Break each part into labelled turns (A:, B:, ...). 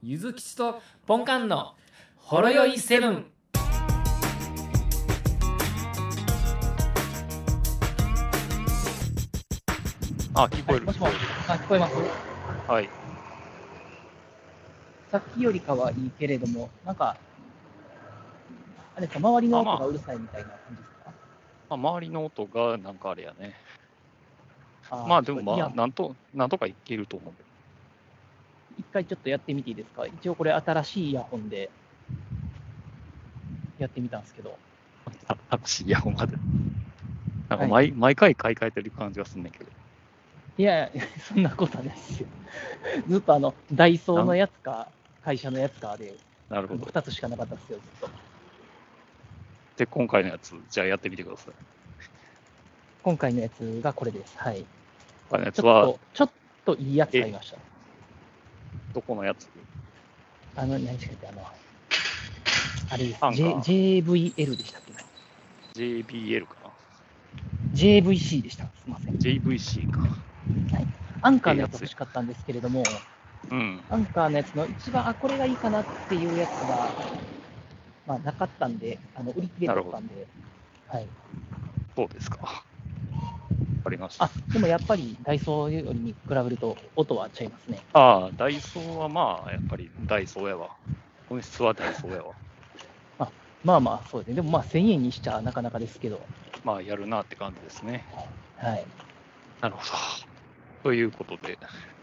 A: ゆずきちとポンカンのほろよいセブン。
B: あ、聞こえる。
C: もしもし、聞こえます？
B: はい。
C: さっきよりかはいいけれども、なんか、あれですか、周りの音がうるさいみたいな感じですか？
B: 周りの音がなんかあれやね。でも
C: いや、
B: なんとかいけると思うけど。
C: 一回ちょっとやってみていいですか？一応これ新しいイヤホンでやってみたんですけど。
B: 新しいイヤホンまで。なんか
C: はい
B: 毎回買い替えてる感じがすんねんけど。
C: いや、そんなことはないですよ。ずっとダイソーのやつか、会社のやつかで、
B: なるほど。
C: 2つしかなかったですよ、ずっと。
B: で、今回のやつ、じゃあやってみてください。
C: 今回のやつがこれです。はい。
B: 今回のやつは、
C: ちょっといいやつ買いました。
B: どこのやつ？
C: 何でしたっけ、あれです。
B: アンカー
C: JVL でしたっけ？
B: JBL かな。
C: JVC でした。すみません。
B: JVC か。
C: はい。アンカーのやつ欲しかったんですけれども、
B: うん。
C: アンカーのやつの一番、これがいいかなっていうやつが、なかったんで、売り切れだったんで、はい。
B: そうですか。わかりました。
C: でもやっぱりダイソーよりに比べると音はちゃいますね。
B: ダイソーはやっぱりダイソーやわ。本質はダイソーやわ。
C: そうですね。でも1000円にしちゃなかなかですけど。
B: やるなって感じですね。
C: はい。
B: なるほど。ということで、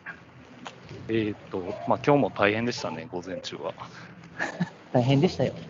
B: 今日も大変でしたね、午前中は。
C: 大変でしたよ。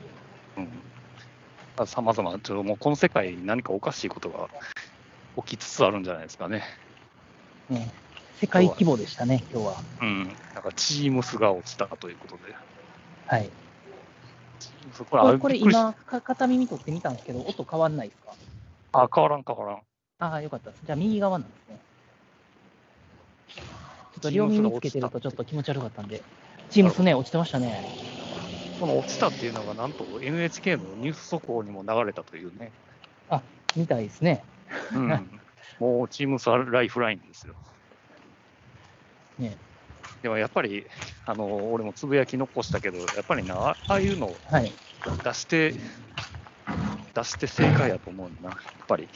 B: さまざま、もうこの世界に何かおかしいことが起きつつあるんじゃないですかね。
C: 世界規模でしたね、今日は。
B: なんかチームスが落ちたということで。
C: はい。これ今、片耳取ってみたんですけど、音変わんないですか？
B: 変わらん。
C: よかったです。じゃあ右側なんですね。ちょっと両耳つけてるとちょっと気持ち悪かったんで。チームスね、落ちてましたね。
B: この落ちたっていうのがなんと NHK のニュース速報にも流れたというね。
C: みたいですね。
B: もうチームスはライフラインですよ。
C: ね。
B: でもやっぱり、俺もつぶやき残したけど、やっぱりな、ああいうのを出して正解やと思うんだな、やっぱり。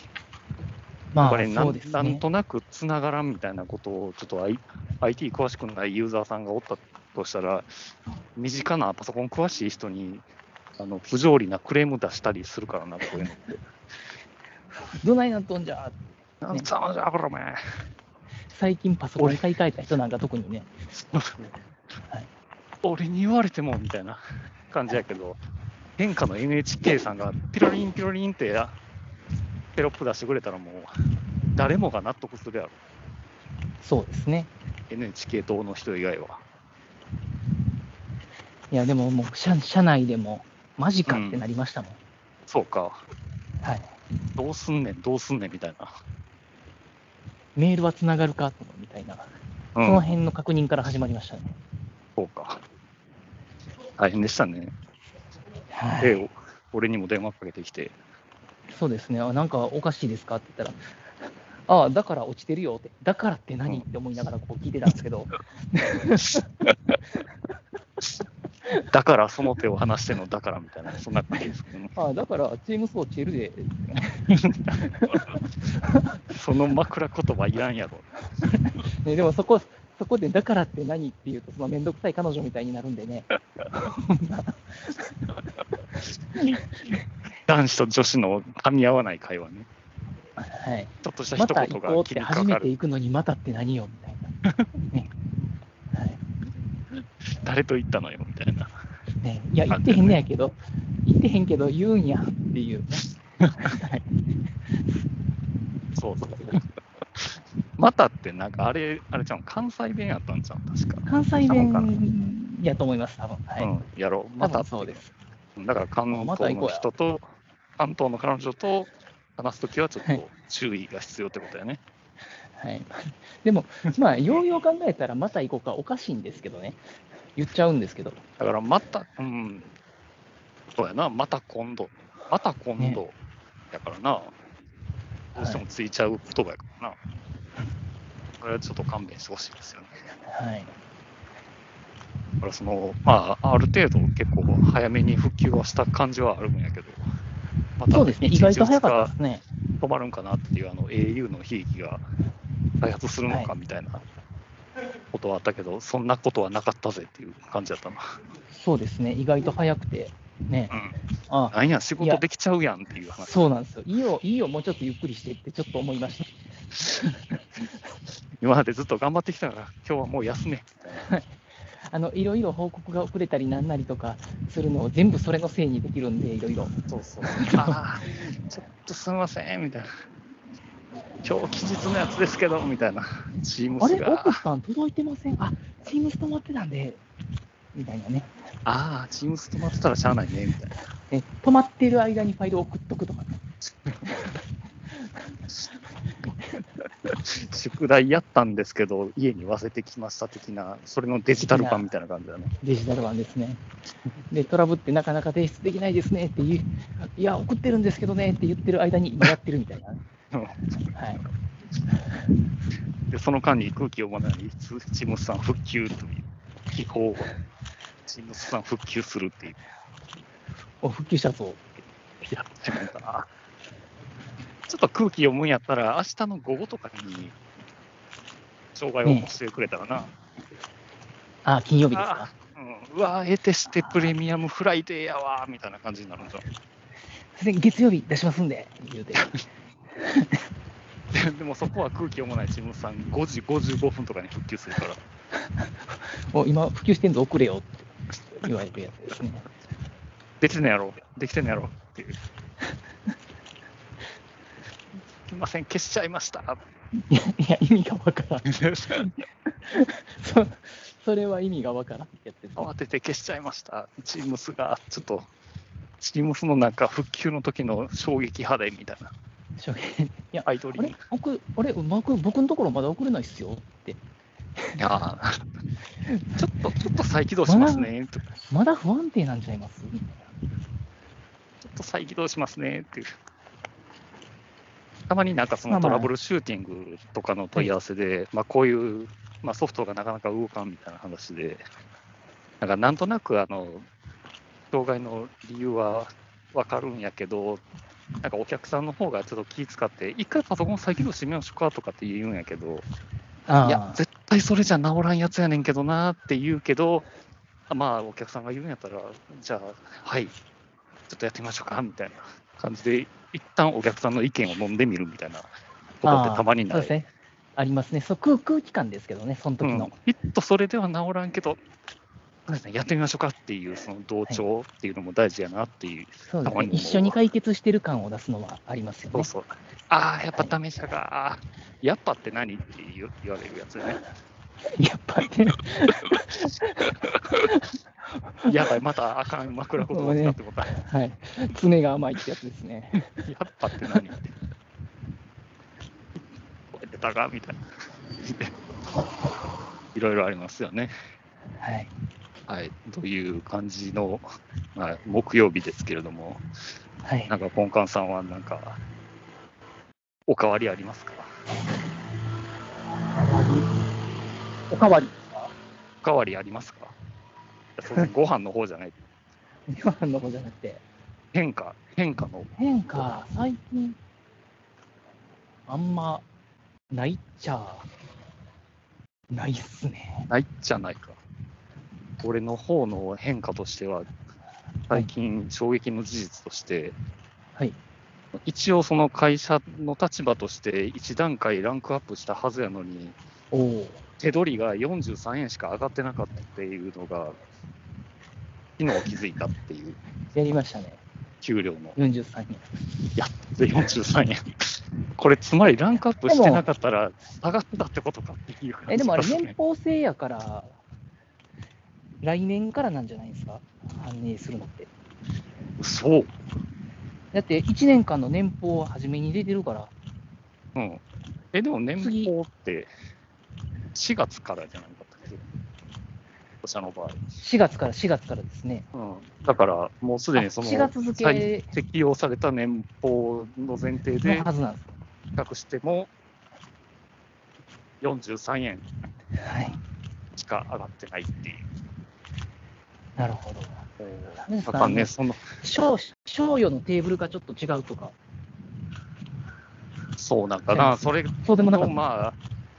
B: なんとなくつながらんみたいなことを、ちょっと IT 詳しくないユーザーさんがおったとしたら、身近なパソコン詳しい人に、不条理なクレーム出したりするからな、こういうのって。
C: どないなっとんじゃ
B: ー。なんざまじゃ、これお前。
C: 最近パソコン買い替えた人なんか特にね。
B: 俺に言われてもみたいな感じやけど、変化の NHK さんがピロリンってテロップ出してくれたらもう誰もが納得するやろ。
C: そうですね。
B: NHK 党の人以外は。
C: いやでももう社内でもマジかってなりましたもん。
B: そうか。
C: はい。
B: どうすんねんみたいな。
C: メールはつながるかみたいな。その辺の確認から始まりましたね。
B: そうか。大変でしたね。俺にも電話かけてきて。
C: そうですね。なんかおかしいですかって言ったら、だから落ちてるよって。だからって何って思いながらこう聞いてたんですけど。
B: だからその手を離してのだからみたいな、そんな感じですけどね。
C: だからチームス落ちてるで。
B: その枕言葉いらんやろ。
C: でもそこでだからって何って言うと、そのめんどくさい彼女みたいになるんでね。
B: 男子と女子の噛み合わない会話ね。
C: はい。
B: ちょっとした一言が気にかかる。
C: また行こうって初めて行くのにまたって何よみたいな。ね。はい。
B: 誰と行ったのよみたいな。
C: ね、いや、言ってへんねやけど、言うんやっていうね。
B: そう。またってなんかあれちゃん関西弁やったんちゃう確か。
C: 関西弁やと思います、多分。はい。
B: やろう。また
C: そうです。
B: だから関東の人と、関東の彼女と話すときはちょっと注意が必要ってことやね。
C: はい。でも、ようよう考えたらまた行こうかおかしいんですけどね。言っちゃうんですけど。
B: だからそうやな、また今度やからな、どうしてもついちゃう言葉やからな。それはちょっと勘弁してほしいですよね。
C: はい。
B: からまあ、ある程度結構早めに復旧はした感じはあるんやけど、また
C: そうですね、意外と早かったですね。
B: 止まるんかなっていう、au の悲劇が開発するのかみたいなことはあったけど、そんなことはなかったぜっていう感じだったな。
C: そうですね、意外と早くて、ね。あ
B: なんや、仕事できちゃうやんっていう話。
C: そうなんですよ。いいよ、もうちょっとゆっくりしてってちょっと思いました。
B: 今までずっと頑張ってきたから、今日はもう休めみたいな。
C: いろいろ報告が遅れたりなんなりとかするのを全部それのせいにできるんで、いろいろ。
B: そうそう。ああ、ちょっとすみませんみたいな。今日期日のやつですけどみたいな。チーム
C: あれ、
B: スが。
C: 奥さん届いてません？あ、チームス止まってたんで、みたいなね。
B: ああ、チームス止まってたらしゃあないねみたいな。
C: 止まってる間にファイル送っとくとかね。
B: 宿題やったんですけど、家に忘れてきました的な、それのデジタル版みたいな感じだね。
C: デジタル版ですね。で、トラブってなかなか提出できないですねっていう、いや、送ってるんですけどねって言ってる間に今やってるみたいな、ね。はい。
B: で、その間に空気読まないチームスさん復旧という気候を、チームスさん復旧するっていう。
C: 復旧したぞ。
B: やってもうたな。ちょっと空気読むんやったら、明日の午後とかに障害を起こしてくれたらな。
C: あ、金曜日ですか。
B: うわ、得てしてプレミアムフライデーやわみたいな感じになるんじゃん。
C: 月曜日出しますんで、言うて。
B: でもそこは空気読まないチームさん、5時55分とかに復旧するから。
C: もう今、普及してんぞ、遅れよって言われるやつですね。
B: できてんのやろ、できてんのやろっていう。すみません、消しちゃいました。
C: いや、意味がわからん。それは意味がわからんってやつです、ね。
B: 慌てて消しちゃいました。チームスが、ちょっと、チームスのなんか復旧の時の衝撃波でみたいな。
C: いや、
B: アイドリー。
C: 僕のところまだ送れないっすよって。
B: いやちょっと再起動しますね。
C: まだ不安定なんちゃいます？ちょ
B: っと再起動しますねっていう。たまになんかそのトラブルシューティングとかの問い合わせで、こういう、ソフトがなかなか動かんみたいな話で、なんとなく障害の理由は分かるんやけど、なんかお客さんの方がちょっと気遣って、一回パソコン再起動してみましょうかとかって言うんやけど、いや、絶対それじゃ治らんやつやねんけどなって言うけど、お客さんが言うんやったら、じゃあ、はい、ちょっとやってみましょうかみたいな感じで、一旦お客さんの意見を飲んでみるみたいなことってたまにない。
C: そうですね。ありますね。空気感ですけどね、その時の。
B: きっとそれでは治らんけど、やってみましょうかっていう、その同調っていうのも大事やなっていう。
C: そうですね。一緒に解決してる感を出すのはありますよね。
B: そう。ああ、やっぱダメしたか。やっぱって何って言われるやつね。
C: やっぱって。
B: やばい、またあかん枕言葉を使ってもらった。
C: はい。爪が甘いってやつですね。
B: やっぱって何って。これ出たかみたいな。いろいろありますよね。
C: はい。
B: はい。という感じの、木曜日ですけれども、
C: はい。
B: なんか、ポンカンさんはなんか、おかわりありますか？
C: おかわり
B: おかわりありますか？そうご飯の方じゃない。
C: ご飯の方じゃなくて。
B: 変化、
C: 最近、あんま、ないっちゃ、ないっすね。
B: ないっちゃないか。俺の方の変化としては、最近衝撃の事実として、
C: はい。
B: 一応その会社の立場として一段階ランクアップしたはずやのに、手取りが43円しか上がってなかったっていうのが、昨日気づいたっていう。
C: やりましたね。
B: 給料の。
C: 43円。
B: やっと43円。これ、つまりランクアップしてなかったら、下がってたってことかっていう感じ、
C: でもあれ、年俸制やから、来年からなんじゃないですか、反映するのって。
B: そう。
C: だって、1年間の年俸は初めに出てるから。
B: うん。でも年俸って4月からじゃないかったっけ？お社の場合。 4
C: 月からですね。
B: だから、もうすでにその
C: 4月付
B: 適用された年俸の前提で、
C: はずなんです。
B: 比較しても、43円しか上がってないっていう。
C: なるほど。ダメですか
B: だからね、その、
C: 賞与のテーブルがちょっと違うとか。
B: そうなんかな、それ
C: そうでもなか
B: と、
C: った。
B: ま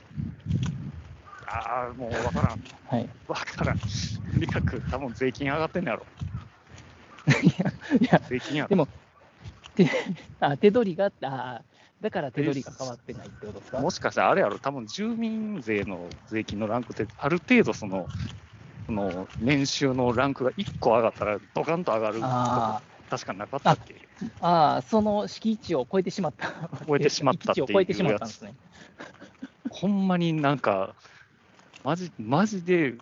B: あ、もう分からん。
C: はい。
B: 分からん。とにかく、多分税金上がってんのやろ。
C: いや、
B: 税金やろ。
C: でも、手取りが、だから手取りが変わってないってことですか？
B: もしかしたらあれやろ、多分住民税の税金のランクって、ある程度その年収のランクが1個上がったら、ドカンと上がると
C: あ
B: 確かなかったっけ？
C: その敷地を超えてしまった。
B: 超えてしまったっていう
C: 敷地を超えてしまったんですね。
B: ほんまになんか、マジで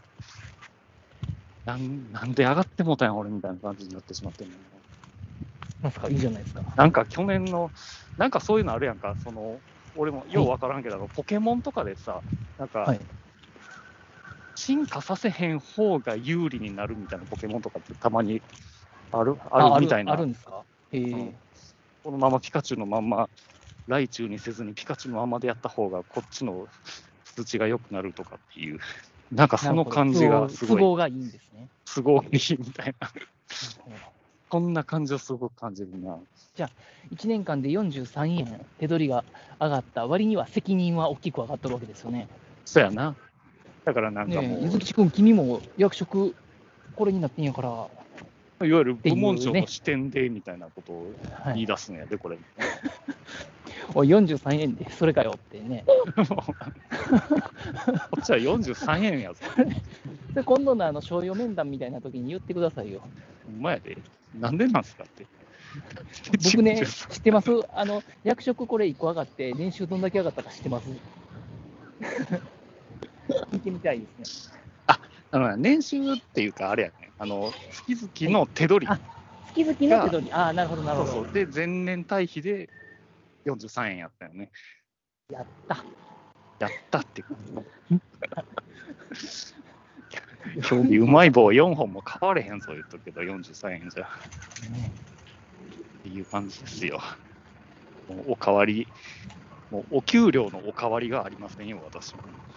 B: なんで上がってもうたんや、俺みたいな感じになってしまってるの。
C: なんすか、いいじゃないですか。
B: なんか去年の、なんかそういうのあるやんか、俺もようわからんけど、ポケモンとかでさ、なんか、
C: はい。
B: 進化させへん方が有利になるみたいなポケモンとかってたまにあるみたいな。
C: あるんですか？
B: このままピカチュウのまんま、ライチュウにせずにピカチュウのままでやった方が、こっちの数値が良くなるとかっていう、なんかその感じがすごい、
C: 都合がいいんですね。
B: 都合いいみたいな、こんな感じをすごく感じるな。
C: じゃあ、1年間で43円手取りが上がった割には責任は大きく上がってるわけですよね。
B: そうやな。だからなんかもう、
C: ねえ、ゆずきち君、君も役職、これになってんやから、
B: いわゆる部門長の視点でみたいなことを
C: はい
B: 言い出すんやで、これ。
C: おい、43円でそれかよってね。
B: こっちは43円やぞ。
C: で今度の商用面談みたいな時に言ってくださいよ。
B: ほんまやで。なんでなんすかって。
C: 僕ね、知ってます？役職これ1個上がって、年収どんだけ上がったか知ってます？聞いてみたいですね。
B: 年収っていうか、あれやね、月々の手取り。
C: 月々の手取り。なるほど、なるほど。
B: そうで、前年対比で43円やったよね。
C: やった
B: っていうか。今日うまい棒4本も買われへんぞ言っとくけど、43円じゃ。っていう感じですよ。もうおかわり、もうお給料のおかわりがありませんよ、私も。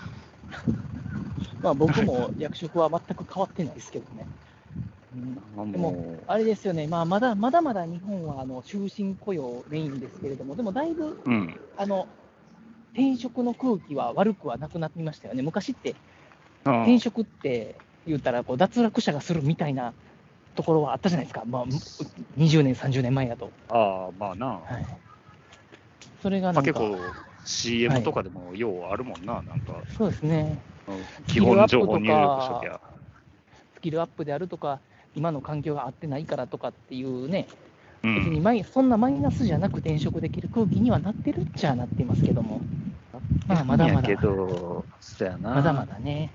C: まあ僕も役職は全く変わってないですけどね。でも、あれですよね、まだまだ日本は終身雇用メインですけれども、でもだいぶ、転職の空気は悪くはなくなってましたよね。昔って、転職って言ったら脱落者がするみたいなところはあったじゃないですか、20年、30年前だと。
B: まあな。はい、
C: それがなんか、
B: 結構 CM とかでもようあるもんな、なんか。
C: そうですね。
B: 基本情報入力しときゃ。
C: スキルアップであるとか、今の環境が合ってないからとかっていうね、別にそんなマイナスじゃなく転職できる空気にはなってるっちゃなってますけども、まだまだ。
B: そうやな。
C: まだまだね。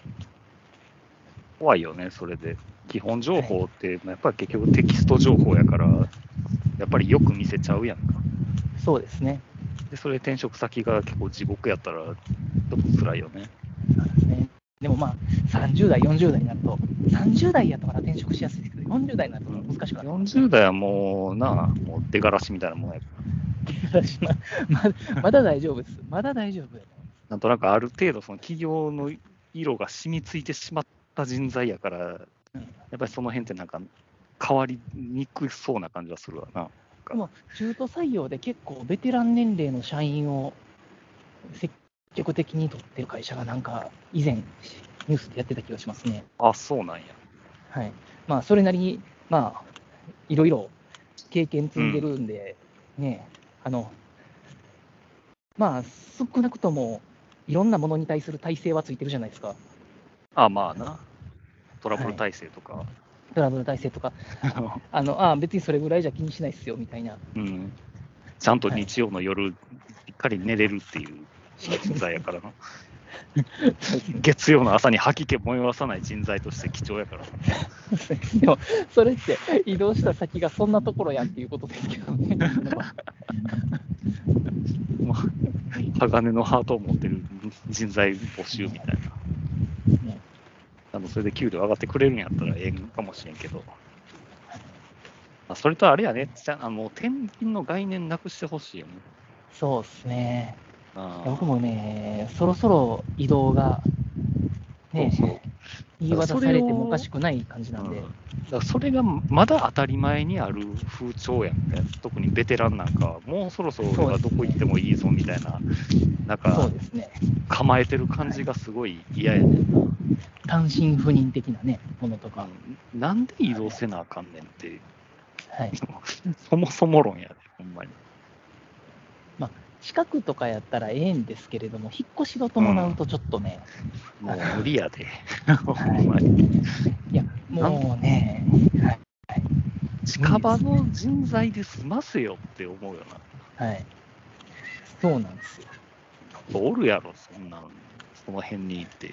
B: 怖いよね、それで。基本情報って、やっぱり結局テキスト情報やから、やっぱりよく見せちゃうやんか。
C: そうですね。
B: で、それ転職先が結構地獄やったら、ちょっと辛いよね。
C: そうですね。でも30代、40代になると、30代やったから転職しやすいですけど、40代になると難しくなる、
B: 40代はもう出がらしみたいなもんやから。
C: まだ大丈夫です。まだ大丈夫。
B: なんとなくある程度、その企業の色が染みついてしまった人材やから、やっぱりその辺ってなんか変わりにくそうな感じはするわな。
C: でも、中途採用で結構ベテラン年齢の社員を積極的に取ってる会社がなんか以前ニュースでやってた気がしますね。
B: そうなんや。
C: はい。それなりにいろいろ経験積んでるんで、ね、少なくともいろんなものに対する耐性はついてるじゃないですか。
B: まあな。トラブル耐性とか。
C: トラブル耐性とか。別にそれぐらいじゃ気にしないっすよみたいな。
B: ちゃんと日曜の夜、しっかり寝れるっていう人材やからな。月曜の朝に吐き気催わさない人材として貴重やから。
C: でも、それって移動した先がそんなところやっていうことですけどね。
B: 鋼のハートを持ってる人材募集みたいな。それで給料上がってくれるんやったらええかもしれんけど。それとあれやね、転勤の概念なくしてほしいよね。
C: そうですね。僕もね、そろそろ移動が、ね、 言い渡されてもおかしくない感じなんで。
B: だからそれがまだ当たり前にある風潮やんか、特にベテランなんか、もうそろそろ俺はどこ行ってもいいぞみたいな、なんか構えてる感じがすごい嫌やねんな。
C: 単身赴任的なね、ものとか。
B: なんで移動せなあかんねんって、
C: はい、
B: そもそも論やで、ほんまに。
C: まあ、近くとかやったらええんですけれども、引っ越しが伴うとちょっとね、
B: もう無理やで、
C: ほんまに。いや、もうね、
B: 近場の人材で済ませよって思うよ
C: な。はい。そうなんですよ。
B: おるやろ、そんなん、その辺にいて。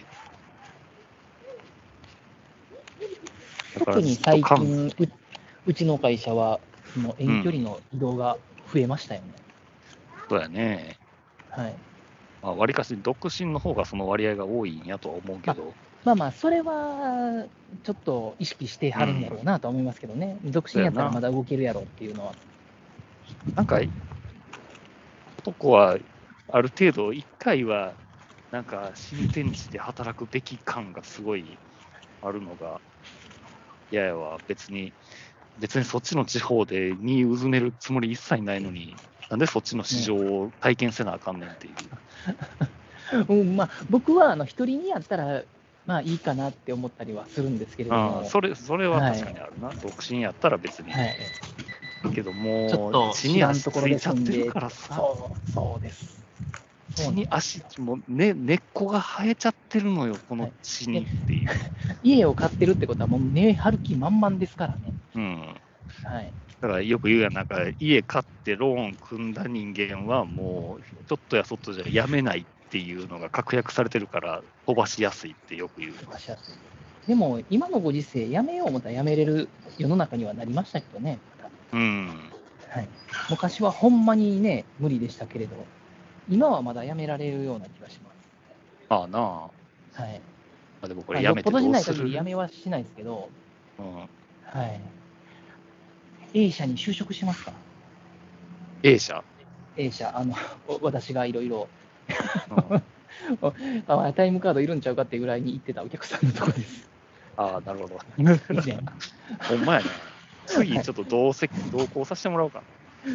C: 特に最近、うちの会社は、その遠距離の移動が増えましたよね。
B: そうやね。
C: はい。
B: わりかし独身の方がその割合が多いんやとは思うけど。
C: まあ、それはちょっと意識してはるんやろうなと思いますけどね。独身やったらまだ動けるやろっていうのは。
B: なんか、男はある程度、1回は、なんか新天地で働くべき感がすごいあるのが嫌やわ。別にそっちの地方で身うずめるつもり一切ないのに、なんでそっちの市場を体験せなあかんねんっていう。
C: まあ、僕は一人にやったら、まあいいかなって思ったりはするんですけれども。
B: それは確かにあるな。独身やったら別に。けどもう、
C: ちょっと
B: 地に足ついちゃってるからさ。
C: そうです。
B: 地に足、もう根っこが生えちゃってるのよ、この地にっていう。
C: 家を買ってるってことは、もう根張る気満々ですからね。はい。
B: だからよく言うやん、なんか家買ってローン組んだ人間はもうちょっとやそっとじゃやめないっていうのが確約されてるから飛ばしやすいってよく言う。
C: でも今のご時世、やめよう思ったらやめれる世の中にはなりましたけどね。はい、昔はほんまにね、無理でしたけれど、今はまだやめられるような気がします。
B: ああなあ。
C: はい。
B: でもこれやめてどうする？
C: よっぽどしない限りやめはしないですけど、はい。A 社に就職しますか？
B: A 社？
C: A 社、私がいろいろ、タイムカードいるんちゃうかっていうぐらいに言ってたお客さんのところです。
B: ああ、なるほど。ほんまやね。次ちょっと同行させてもらおうかな。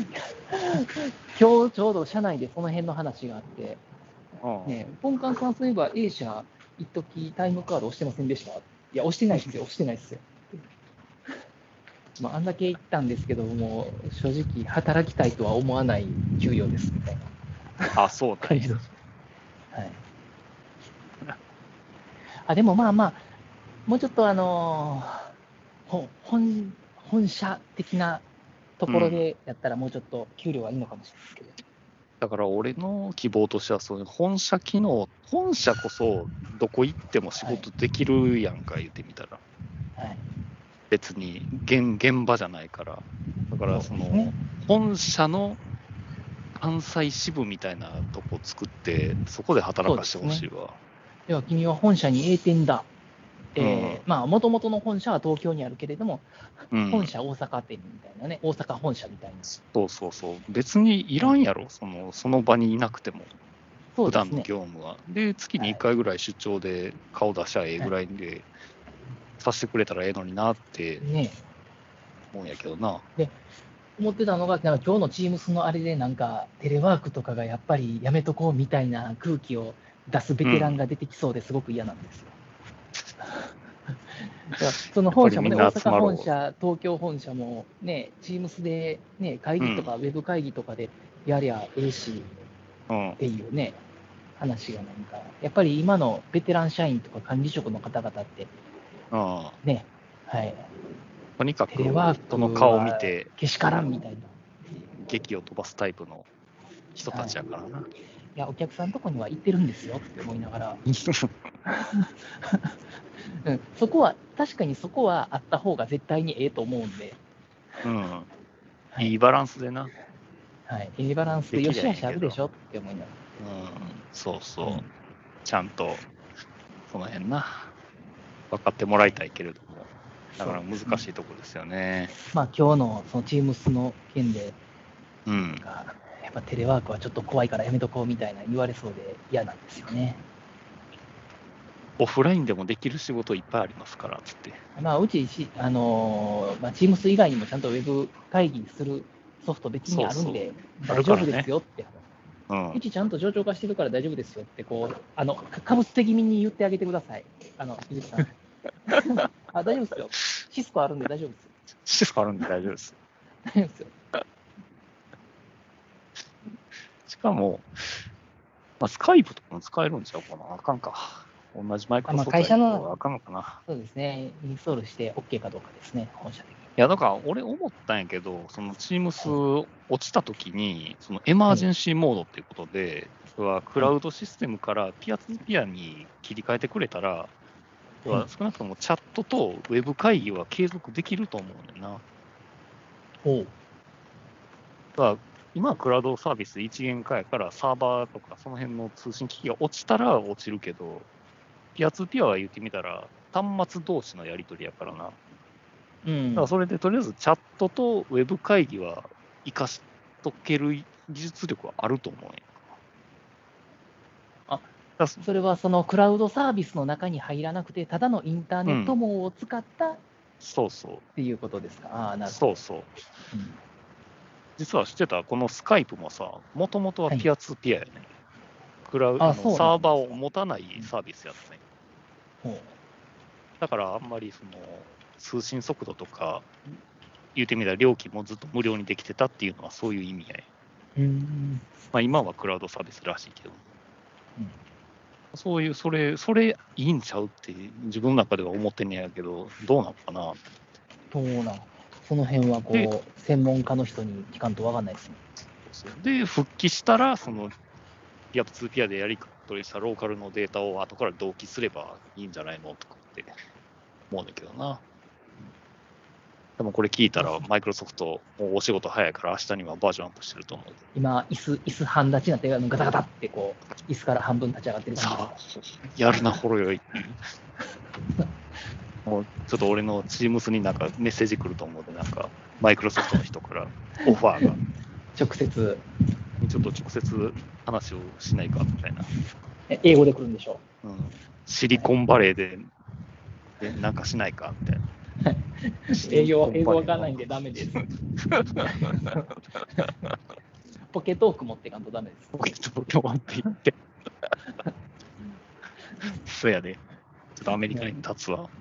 C: 今日ちょうど社内でその辺の話があって、ポンカンさんそういえば A 社、一時タイムカード押してませんでした？いや、押してないですよ、押してないですよ。あんだけ言ったんですけども、正直、働きたいとは思わない給料ですみたいな。
B: あ、そう
C: 感じです。はい。でもまあまあ、もうちょっと本社的なところでやったら、もうちょっと給料はいいのかもしれないですけど。
B: だから俺の希望としては、そういう本社機能、本社こそどこ行っても仕事できるやんか、言ってみたら。はい。別に現場じゃないから。だから本社の関西支部みたいなとこ作って、そこで働かしてほしいわ。
C: では君は本社に栄転だ。まあ、もともとの本社は東京にあるけれども、本社大阪店みたいなね、大阪本社みたいな。
B: そう。別にいらんやろ、その場にいなくても。普段の業務は。で、月に1回ぐらい出張で顔出しゃええぐらいで、させてくれたらええのになって思うんやけどな。
C: で、思ってたのが、今日の Teams のあれで、なんか、テレワークとかがやっぱりやめとこうみたいな空気を出すベテランが出てきそうですごく嫌なんですよ。その本社もね、大阪本社、東京本社もね、Teams でね、会議とか、ウェブ会議とかでやりゃええし、っていうね、話がなんか、やっぱり今のベテラン社員とか管理職の方々って、ね、はい。
B: とにかく、人の顔を見て、
C: けしからんみたいな。
B: 劇を飛ばすタイプの人たちやからな。
C: いや、お客さんのとこには行ってるんですよって思いながら。そこは、確かにそこはあった方が絶対にええと思うんで。
B: いいバランスでな。
C: はい、いいバランスでよしあしあるでしょって思いながら。
B: そう。ちゃんと、その辺な、分かってもらいたいけれども、だから難しいところですよね。
C: まあ、今日のその Teams の件で、やっぱテレワークはちょっと怖いからやめとこうみたいな言われそうで嫌なんですよね。
B: オフラインでもできる仕事いっぱいありますからつって。
C: うちTeams 以外にもちゃんとウェブ会議するソフト別にあるんで、大丈夫ですよって。うちちゃんと上長化してるから大丈夫ですよって、かぶせ気味に言ってあげてください。鈴木さん。大丈夫ですよ。シスコあるんで大丈夫ですよ。
B: シスコあるんで大丈夫です。
C: 大丈夫ですよ。
B: しかも、スカイプとかも使えるんちゃうかな。あかんか。同じマイクロソフト
C: 会社の
B: あかんのかな。
C: そうですね。インストールして OK かどうかですね、本社的に。
B: いや、だから俺思ったんやけど、その Teams 落ちたときに、そのエマージェンシーモードっていうことで、クラウドシステムからピアツーピアに切り替えてくれたら、少なくともチャットとウェブ会議は継続できると思うねんな。今はクラウドサービス一元化やからサーバーとかその辺の通信機器が落ちたら落ちるけど、ピアツーピアは言ってみたら端末同士のやり取りやからな。だからそれでとりあえずチャットとウェブ会議は活かしとける技術力はあると思うんや。
C: それはそのクラウドサービスの中に入らなくて、ただのインターネット網を使ったっていうことですか。なるほど。
B: そう。実は知ってたこのスカイプもさ、もともとはピアツーピアやね。サーバーを持たないサービスやったね。だからあんまりその通信速度とか言うてみたら料金もずっと無料にできてたっていうのはそういう意味合い。今はクラウドサービスらしいけど、そういうそれいいんちゃうって自分の中では思ってんねやけど、どうなのかな。
C: その辺は専門家の人に聞かんと分かんないですね。
B: で復帰したらそのピアツーピアでやり取りしたローカルのデータを後から同期すればいいんじゃないのとかって思うんだけどな。でもこれ聞いたらマイクロソフトもうお仕事早いから明日にはバージョンアップしてると思う。
C: 今椅子半立ちになってガタガタって椅子から半分立ち上がってる感
B: じ。やるなほろ酔い。もうちょっと俺の Teams になんかメッセージ来ると思うで、なんかマイクロソフトの人からオファーが
C: 直接
B: 話をしないかみたいな。
C: 英語で来るんでしょう。
B: シリコンバレーでなんかしないかみたいな。
C: 英語わかんないんでダメです。ポケトーク持っていかんとダメです。
B: ポケトーク持っていって。そうやで。ちょっとアメリカに立つわ。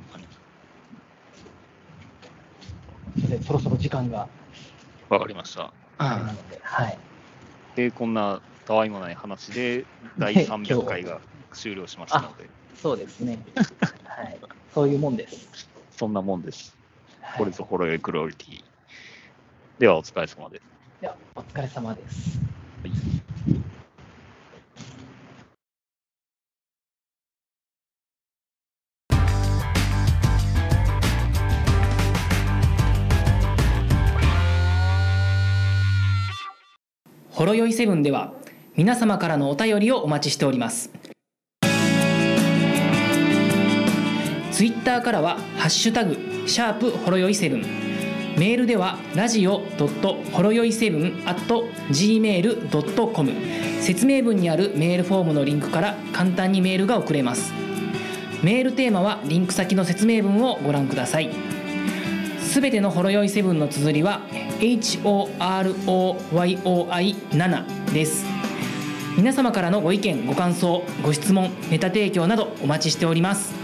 C: そろそろ時間が。
B: わかりました。
C: なので、
B: で、こんなたわいもない話で第300回が終了しましたので。
C: そうですね。そういうもんです。
B: そんなもんです。これぞほろ酔いクロリティ。ではお疲れ様です。
C: ではお疲れ様です。
A: ほろよい7では皆様からのお便りをお待ちしております。ツイッターからはハッシュタグ#ほろよい7、メールではラジオほろよい7@gmail.com、説明文にあるメールフォームのリンクから簡単にメールが送れます。メールテーマはリンク先の説明文をご覧ください。すべてのほろよい7の綴りは HOROYOI7 です。皆様からのご意見、ご感想、ご質問、ネタ提供などお待ちしております。